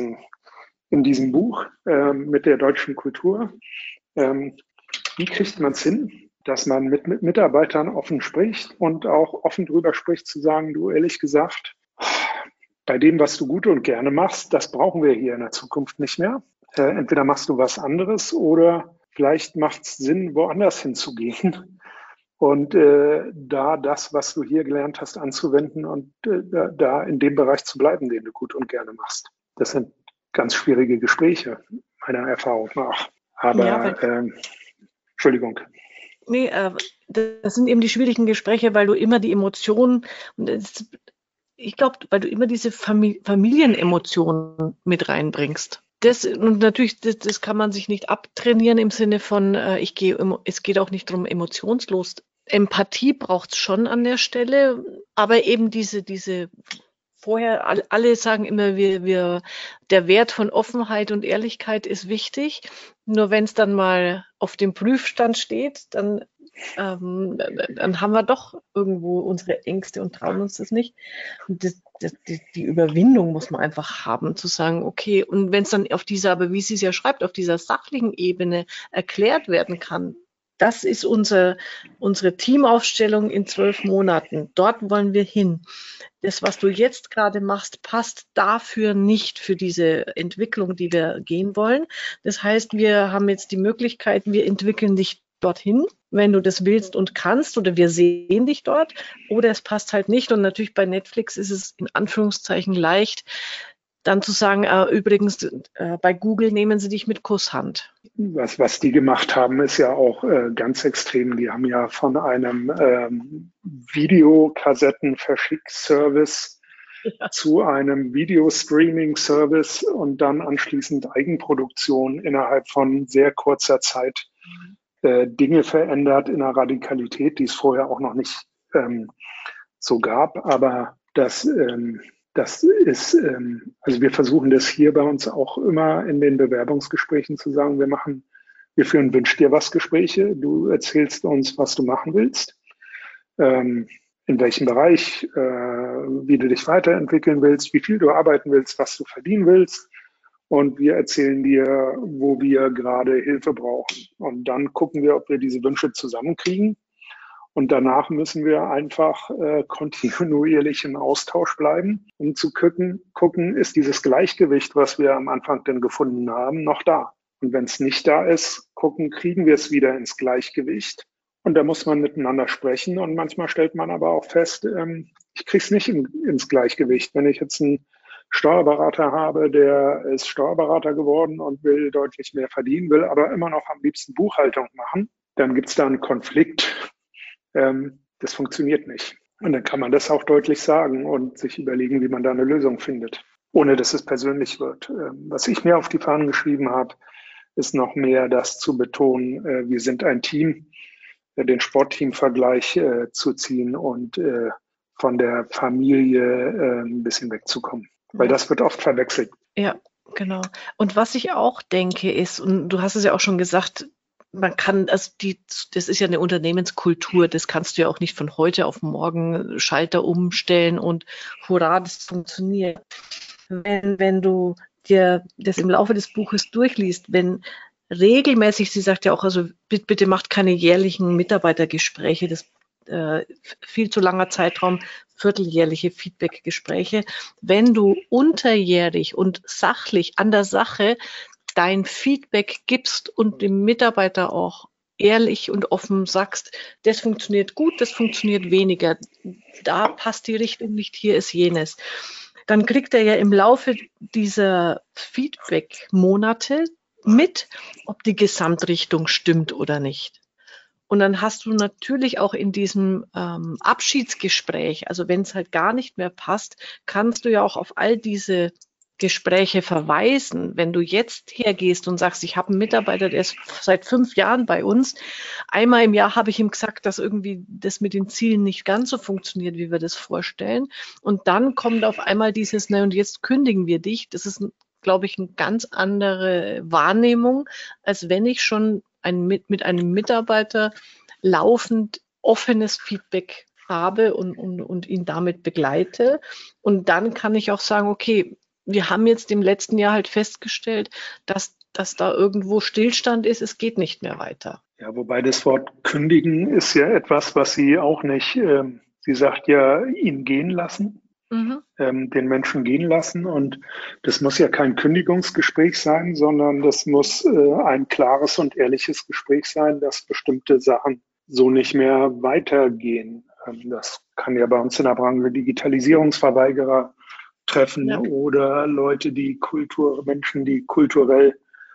in diesem Buch mit der deutschen Kultur. Wie kriegt man es hin, dass man mit Mitarbeitern offen spricht und auch offen drüber spricht, zu sagen, du, ehrlich gesagt, bei dem, was du gut und gerne machst, das brauchen wir hier in der Zukunft nicht mehr. Entweder machst du was anderes oder vielleicht macht es Sinn, woanders hinzugehen und da das, was du hier gelernt hast, anzuwenden und da in dem Bereich zu bleiben, den du gut und gerne machst. Das sind ganz schwierige Gespräche, meiner Erfahrung nach. Aber ja, Entschuldigung. Nee, das sind eben die schwierigen Gespräche, weil du immer die Emotionen, ich glaube, weil du immer diese Familienemotionen mit reinbringst. Und natürlich, das kann man sich nicht abtrainieren im Sinne von, es geht auch nicht darum, emotionslos. Empathie braucht es schon an der Stelle, aber eben diese vorher, alle sagen immer, der Wert von Offenheit und Ehrlichkeit ist wichtig. Nur wenn es dann mal auf dem Prüfstand steht, dann haben wir doch irgendwo unsere Ängste und trauen uns das nicht. Und die Überwindung muss man einfach haben, zu sagen, okay, und wenn es dann auf dieser, aber wie sie es ja schreibt, auf dieser sachlichen Ebene erklärt werden kann, das ist unsere Teamaufstellung in 12 Monaten. Dort wollen wir hin. Das, was du jetzt gerade machst, passt dafür nicht für diese Entwicklung, die wir gehen wollen. Das heißt, wir haben jetzt die Möglichkeit, wir entwickeln dich dorthin, wenn du das willst und kannst, oder wir sehen dich dort, oder es passt halt nicht. Und natürlich bei Netflix ist es in Anführungszeichen leicht, dann zu sagen, übrigens, bei Google nehmen sie dich mit Kusshand. Was die gemacht haben, ist ja auch ganz extrem. Die haben ja von einem Videokassettenverschick-Service zu einem Videostreaming-Service und dann anschließend Eigenproduktion innerhalb von sehr kurzer Zeit Dinge verändert in einer Radikalität, die es vorher auch noch nicht so gab. Aber das ist, also wir versuchen das hier bei uns auch immer in den Bewerbungsgesprächen zu sagen, wir führen Wünsch dir was Gespräche, du erzählst uns, was du machen willst, in welchem Bereich, wie du dich weiterentwickeln willst, wie viel du arbeiten willst, was du verdienen willst. Und wir erzählen dir, wo wir gerade Hilfe brauchen. Und dann gucken wir, ob wir diese Wünsche zusammenkriegen. Und danach müssen wir einfach kontinuierlich im Austausch bleiben, um zu gucken, ist dieses Gleichgewicht, was wir am Anfang denn gefunden haben, noch da? Und wenn es nicht da ist, kriegen wir es wieder ins Gleichgewicht. Und da muss man miteinander sprechen. Und manchmal stellt man aber auch fest, ich kriege es nicht ins Gleichgewicht. Wenn ich jetzt einen Steuerberater habe, der ist Steuerberater geworden und will deutlich mehr verdienen, will aber immer noch am liebsten Buchhaltung machen, dann gibt es da einen Konflikt. Das funktioniert nicht. Und dann kann man das auch deutlich sagen und sich überlegen, wie man da eine Lösung findet, ohne dass es persönlich wird. Was ich mir auf die Fahnen geschrieben habe, ist noch mehr das zu betonen, wir sind ein Team, den Sportteam-Vergleich zu ziehen und von der Familie ein bisschen wegzukommen. Weil das wird oft verwechselt. Ja, genau. Und was ich auch denke ist, und du hast es ja auch schon gesagt, man kann, also das ist ja eine Unternehmenskultur, das kannst du ja auch nicht von heute auf morgen Schalter umstellen und hurra, das funktioniert. Wenn du dir das im Laufe des Buches durchliest, wenn regelmäßig, sie sagt ja auch, also bitte macht keine jährlichen Mitarbeitergespräche, das viel zu langer Zeitraum, vierteljährliche Feedbackgespräche. Wenn du unterjährig und sachlich an der Sache dein Feedback gibst und dem Mitarbeiter auch ehrlich und offen sagst, das funktioniert gut, das funktioniert weniger, da passt die Richtung nicht, hier ist jenes, dann kriegt er ja im Laufe dieser Feedback-Monate mit, ob die Gesamtrichtung stimmt oder nicht. Und dann hast du natürlich auch in diesem Abschiedsgespräch, also wenn es halt gar nicht mehr passt, kannst du ja auch auf all diese Gespräche verweisen. Wenn du jetzt hergehst und sagst, ich habe einen Mitarbeiter, der ist seit 5 Jahren bei uns. Einmal im Jahr habe ich ihm gesagt, dass irgendwie das mit den Zielen nicht ganz so funktioniert, wie wir das vorstellen. Und dann kommt auf einmal dieses, und jetzt kündigen wir dich. Das ist, glaube ich, eine ganz andere Wahrnehmung, als wenn ich schon mit einem Mitarbeiter laufend offenes Feedback habe und ihn damit begleite. Und dann kann ich auch sagen, okay, wir haben jetzt im letzten Jahr halt festgestellt, dass da irgendwo Stillstand ist, es geht nicht mehr weiter. Ja, wobei das Wort kündigen ist ja etwas, was sie auch nicht, sie sagt ja, ihn gehen lassen, den Menschen gehen lassen. Und das muss ja kein Kündigungsgespräch sein, sondern das muss ein klares und ehrliches Gespräch sein, dass bestimmte Sachen so nicht mehr weitergehen. Das kann ja bei uns in der Branche Digitalisierungsverweigerer treffen oder Leute, Menschen, die kulturell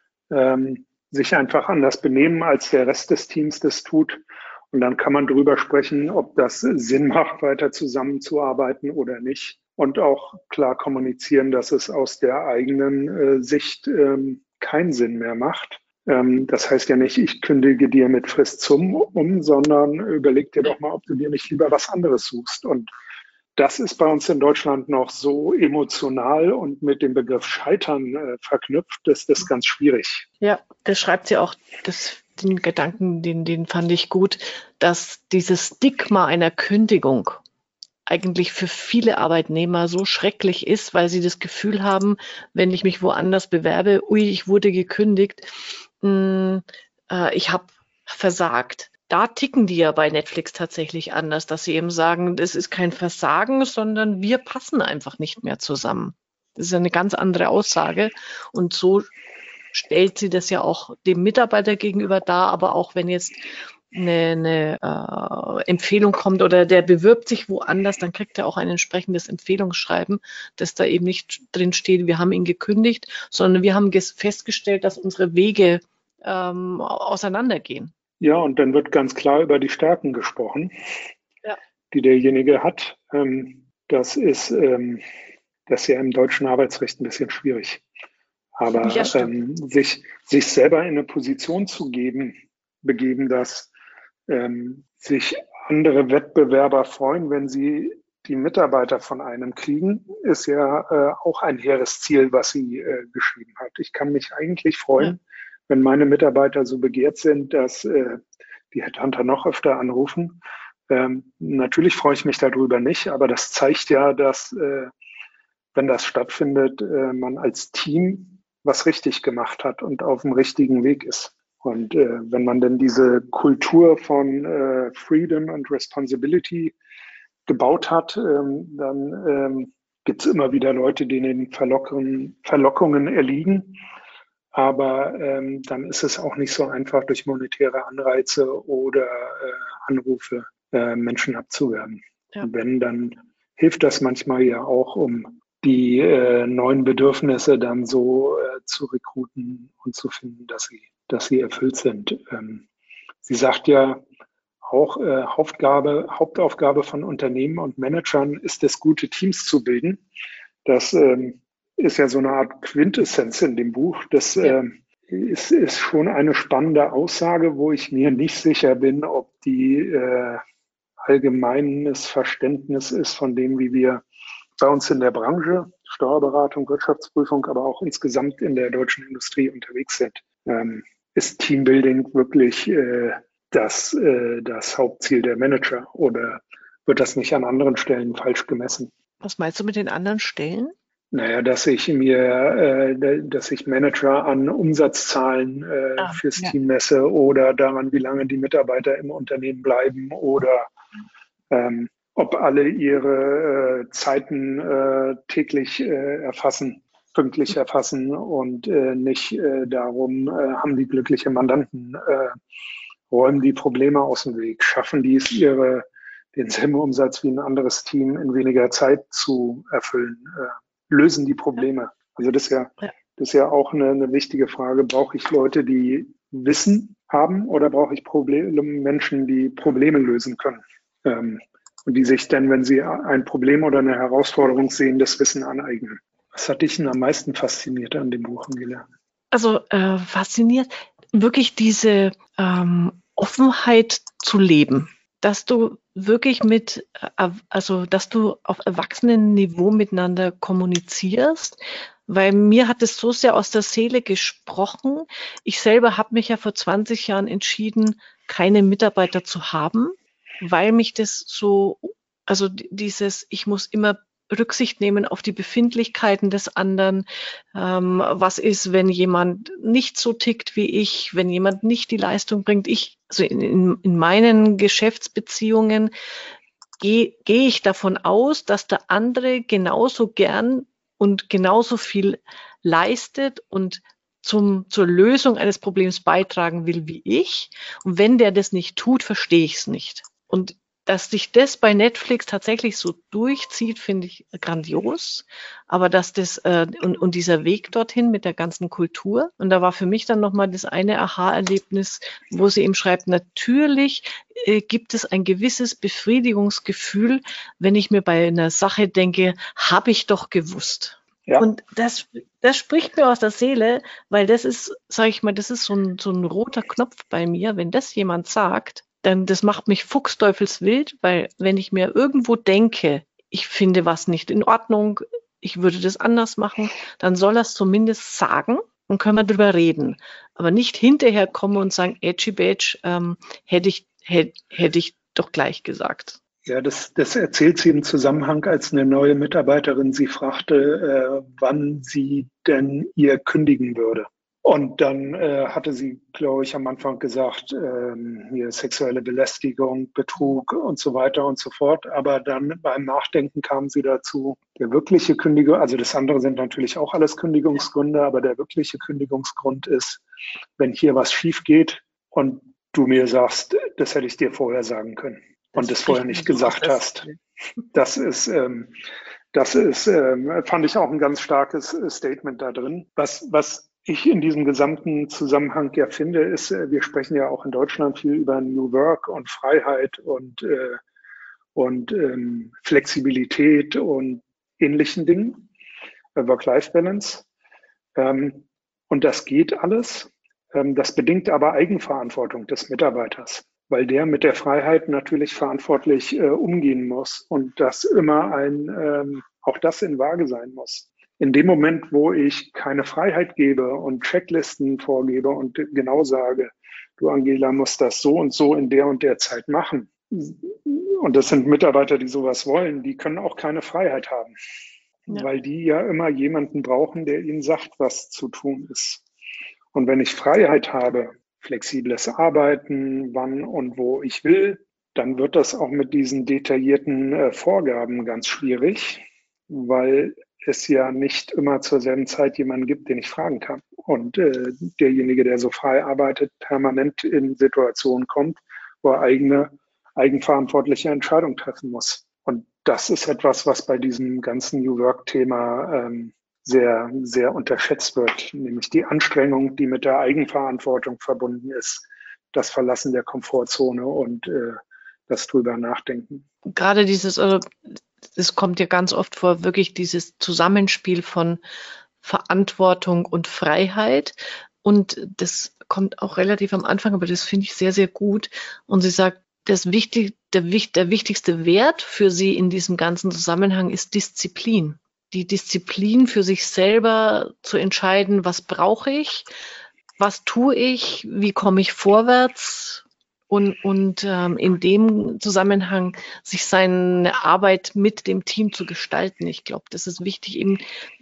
sich einfach anders benehmen, als der Rest des Teams das tut. Und dann kann man drüber sprechen, ob das Sinn macht, weiter zusammenzuarbeiten oder nicht. Und auch klar kommunizieren, dass es aus der eigenen Sicht keinen Sinn mehr macht. Das heißt ja nicht, ich kündige dir mit Frist sondern überleg dir doch mal, ob du dir nicht lieber was anderes suchst. Und das ist bei uns in Deutschland noch so emotional und mit dem Begriff Scheitern verknüpft, dass das ganz schwierig. Ja, das schreibt sie auch, den Gedanken, den fand ich gut, dass dieses Stigma einer Kündigung eigentlich für viele Arbeitnehmer so schrecklich ist, weil sie das Gefühl haben, wenn ich mich woanders bewerbe, ich wurde gekündigt, ich habe versagt. Da ticken die ja bei Netflix tatsächlich anders, dass sie eben sagen, das ist kein Versagen, sondern wir passen einfach nicht mehr zusammen. Das ist eine ganz andere Aussage. Und so stellt sie das ja auch dem Mitarbeiter gegenüber dar, aber auch wenn jetzt eine Empfehlung kommt oder der bewirbt sich woanders, dann kriegt er auch ein entsprechendes Empfehlungsschreiben, das da eben nicht drin steht, wir haben ihn gekündigt, sondern wir haben festgestellt, dass unsere Wege auseinandergehen. Ja, und dann wird ganz klar über die Stärken gesprochen, die derjenige hat. Das ist ja im deutschen Arbeitsrecht ein bisschen schwierig. Aber sich selber in eine Position zu begeben, dass sich andere Wettbewerber freuen, wenn sie die Mitarbeiter von einem kriegen, ist ja auch ein hehres Ziel, was sie geschrieben hat. Ich kann mich eigentlich freuen, wenn meine Mitarbeiter so begehrt sind, dass die Headhunter noch öfter anrufen. Natürlich freue ich mich darüber nicht, aber das zeigt ja, dass wenn das stattfindet, man als Team was richtig gemacht hat und auf dem richtigen Weg ist. Und wenn man denn diese Kultur von Freedom and Responsibility gebaut hat, dann gibt es immer wieder Leute, die den Verlockungen erliegen. Aber dann ist es auch nicht so einfach, durch monetäre Anreize oder Anrufe Menschen abzuwerben. Ja. Und wenn, dann hilft das manchmal ja auch, um die neuen Bedürfnisse dann so zu rekruten und zu finden, dass sie erfüllt sind. Sie sagt ja auch, Hauptaufgabe von Unternehmen und Managern ist es, gute Teams zu bilden. Das ist ja so eine Art Quintessenz in dem Buch. Das ist schon eine spannende Aussage, wo ich mir nicht sicher bin, ob die allgemeines Verständnis ist von dem, wie wir bei uns in der Branche, Steuerberatung, Wirtschaftsprüfung, aber auch insgesamt in der deutschen Industrie unterwegs sind. Ist Teambuilding wirklich das Hauptziel der Manager oder wird das nicht an anderen Stellen falsch gemessen? Was meinst du mit den anderen Stellen? Naja, dass ich Manager an Umsatzzahlen fürs Ja. Team messe oder daran, wie lange die Mitarbeiter im Unternehmen bleiben oder ob alle ihre Zeiten täglich erfassen, pünktlich erfassen und nicht darum, haben die glückliche Mandanten, räumen die Probleme aus dem Weg, schaffen die es, denselben Umsatz wie ein anderes Team in weniger Zeit zu erfüllen, lösen die Probleme. Also Ja. das ist ja auch eine wichtige Frage. Brauche ich Leute, die Wissen haben oder brauche ich Menschen, die Probleme lösen können? Und die sich dann, wenn sie ein Problem oder eine Herausforderung sehen, das Wissen aneignen. Was hat dich denn am meisten fasziniert an dem Buch, Angela? Also fasziniert wirklich diese Offenheit zu leben, dass du wirklich dass du auf Erwachsenenniveau miteinander kommunizierst, weil mir hat es so sehr aus der Seele gesprochen. Ich selber habe mich ja vor 20 Jahren entschieden, keine Mitarbeiter zu haben, weil mich das so, also ich muss immer Rücksicht nehmen auf die Befindlichkeiten des anderen. Was ist, wenn jemand nicht so tickt wie ich, wenn jemand nicht die Leistung bringt? Also in meinen Geschäftsbeziehungen gehe ich davon aus, dass der andere genauso gern und genauso viel leistet und zur Lösung eines Problems beitragen will wie ich. Und wenn der das nicht tut, verstehe ich es nicht. Und dass sich das bei Netflix tatsächlich so durchzieht, finde ich grandios. Aber und dieser Weg dorthin mit der ganzen Kultur. Und da war für mich dann nochmal das eine Aha-Erlebnis, wo sie eben schreibt, natürlich gibt es ein gewisses Befriedigungsgefühl, wenn ich mir bei einer Sache denke, habe ich doch gewusst. Ja. Und das spricht mir aus der Seele, weil das ist, sage ich mal, das ist so ein roter Knopf bei mir. Wenn das jemand sagt, dann das macht mich fuchsteufelswild, weil wenn ich mir irgendwo denke, ich finde was nicht in Ordnung, ich würde das anders machen, dann soll er es zumindest sagen und können wir drüber reden. Aber nicht hinterher kommen und sagen, Edgy Badge, hätte ich doch gleich gesagt. Ja, das erzählt sie im Zusammenhang, als eine neue Mitarbeiterin sie fragte, wann sie denn ihr kündigen würde. Und dann hatte sie, glaube ich, am Anfang gesagt, hier sexuelle Belästigung, Betrug und so weiter und so fort. Aber dann beim Nachdenken kam sie dazu, der wirkliche Kündigung, also das andere sind natürlich auch alles Kündigungsgründe, aber der wirkliche Kündigungsgrund ist, wenn hier was schief geht und du mir sagst, das hätte ich dir vorher sagen können und das vorher nicht gesagt hast. Das ist, fand ich auch ein ganz starkes Statement da drin. Was ich in diesem gesamten Zusammenhang ja finde, ist, wir sprechen ja auch in Deutschland viel über New Work und Freiheit und Flexibilität und ähnlichen Dingen, Work-Life-Balance. Und das geht alles. Das bedingt aber Eigenverantwortung des Mitarbeiters, weil der mit der Freiheit natürlich verantwortlich umgehen muss und das immer auch das in Waage sein muss. In dem Moment, wo ich keine Freiheit gebe und Checklisten vorgebe und genau sage, du Angela musst das so und der Zeit machen. Und das sind Mitarbeiter, die sowas wollen, die können auch keine Freiheit haben, weil die ja immer jemanden brauchen, der ihnen sagt, was zu tun ist. Und wenn ich Freiheit habe, flexibles Arbeiten, wann und wo ich will, dann wird das auch mit diesen detaillierten Vorgaben ganz schwierig, weil es ja nicht immer zur selben Zeit jemanden gibt, den ich fragen kann. Und derjenige, der so frei arbeitet, permanent in Situationen kommt, wo er eigenverantwortliche Entscheidungen treffen muss. Und das ist etwas, was bei diesem ganzen New Work-Thema sehr, sehr unterschätzt wird, nämlich die Anstrengung, die mit der Eigenverantwortung verbunden ist, das Verlassen der Komfortzone und das drüber nachdenken. Gerade es kommt ja ganz oft vor, wirklich dieses Zusammenspiel von Verantwortung und Freiheit. Und das kommt auch relativ am Anfang, aber das finde ich sehr, sehr gut. Und sie sagt, der wichtigste Wert für sie in diesem ganzen Zusammenhang ist Disziplin. Die Disziplin für sich selber zu entscheiden, was brauche ich, was tue ich, wie komme ich vorwärts und in dem Zusammenhang sich seine Arbeit mit dem Team zu gestalten. Ich glaube, das ist wichtig, eben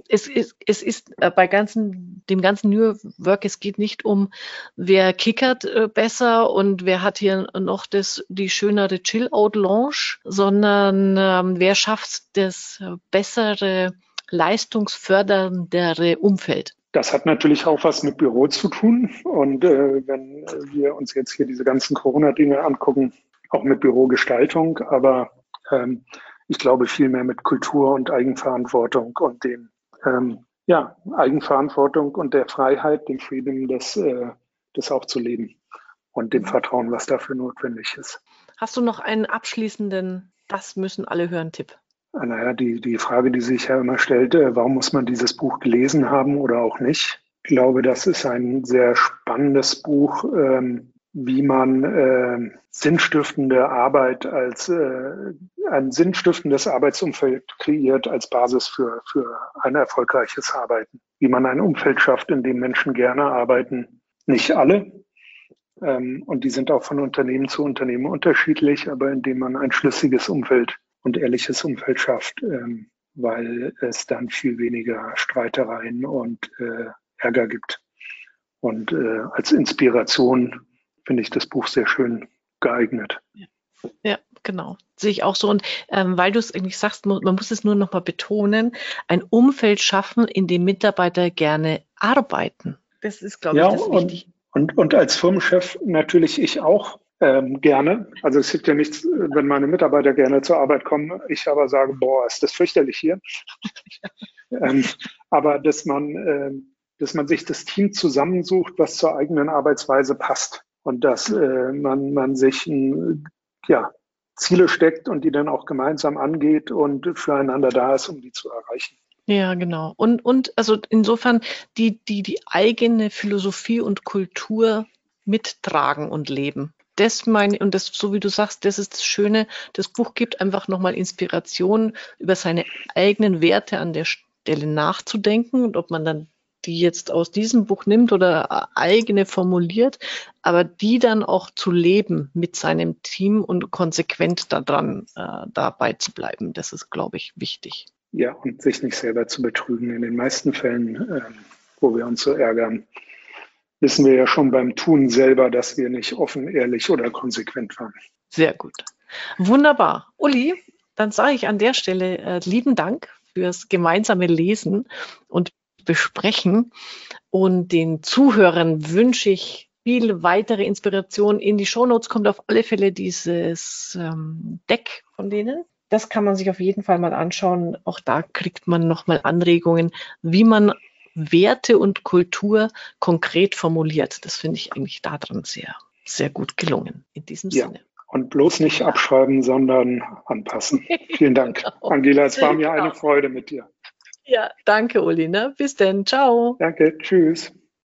Es ist bei dem ganzen New Work, es geht nicht um, wer kickert besser und wer hat hier noch die schönere Chill-Out-Lounge, sondern wer schafft das bessere, leistungsförderndere Umfeld. Das hat natürlich auch was mit Büro zu tun. Und wenn wir uns jetzt hier diese ganzen Corona-Dinge angucken, auch mit Bürogestaltung, aber ich glaube vielmehr mit Kultur und Eigenverantwortung und dem Eigenverantwortung und der Freiheit, dem Freedom, das auch zu leben und dem Vertrauen, was dafür notwendig ist. Hast du noch einen abschließenden, das müssen alle hören, Tipp? Naja, die Frage, die sich ja immer stellt, warum muss man dieses Buch gelesen haben oder auch nicht? Ich glaube, das ist ein sehr spannendes Buch, wie man sinnstiftende Arbeit ein sinnstiftendes Arbeitsumfeld kreiert als Basis für ein erfolgreiches Arbeiten. Wie man ein Umfeld schafft, in dem Menschen gerne arbeiten. Nicht alle. Und die sind auch von Unternehmen zu Unternehmen unterschiedlich, aber in dem man ein schlüssiges Umfeld und ehrliches Umfeld schafft, weil es dann viel weniger Streitereien und Ärger gibt. Und als Inspiration finde ich das Buch sehr schön geeignet. Ja, genau. Sehe ich auch so. Und weil du es eigentlich sagst, man muss es nur noch mal betonen, ein Umfeld schaffen, in dem Mitarbeiter gerne arbeiten. Das ist, glaube ich, das wichtig. Und als Firmenchef natürlich ich auch gerne. Also es hilft ja nichts, wenn meine Mitarbeiter gerne zur Arbeit kommen, ich aber sage, boah, ist das fürchterlich hier. Aber dass man sich das Team zusammensucht, was zur eigenen Arbeitsweise passt und dass man sich Ziele steckt und die dann auch gemeinsam angeht und füreinander da ist, um die zu erreichen. Ja, genau. Und also insofern die eigene Philosophie und Kultur mittragen und leben. Und das, so wie du sagst, das ist das Schöne. Das Buch gibt einfach nochmal Inspiration, über seine eigenen Werte an der Stelle nachzudenken und ob man dann die jetzt aus diesem Buch nimmt oder eigene formuliert, aber die dann auch zu leben mit seinem Team und konsequent dabei zu bleiben. Das ist, glaube ich, wichtig. Ja, und sich nicht selber zu betrügen. In den meisten Fällen, wo wir uns so ärgern, wissen wir ja schon beim Tun selber, dass wir nicht offen, ehrlich oder konsequent waren. Sehr gut. Wunderbar. Uli, dann sage ich an der Stelle lieben Dank fürs gemeinsame Lesen und Besprechen. Und den Zuhörern wünsche ich viel weitere Inspiration. In die Shownotes kommt auf alle Fälle dieses Deck von denen. Das kann man sich auf jeden Fall mal anschauen. Auch da kriegt man nochmal Anregungen, wie man Werte und Kultur konkret formuliert. Das finde ich eigentlich daran sehr, sehr gut gelungen. In diesem Sinne. Und bloß nicht abschreiben, sondern anpassen. Vielen Dank, genau. Angela. Es war mir eine Freude mit dir. Ja, danke, Uli. Ne? Bis dann. Ciao. Danke. Tschüss.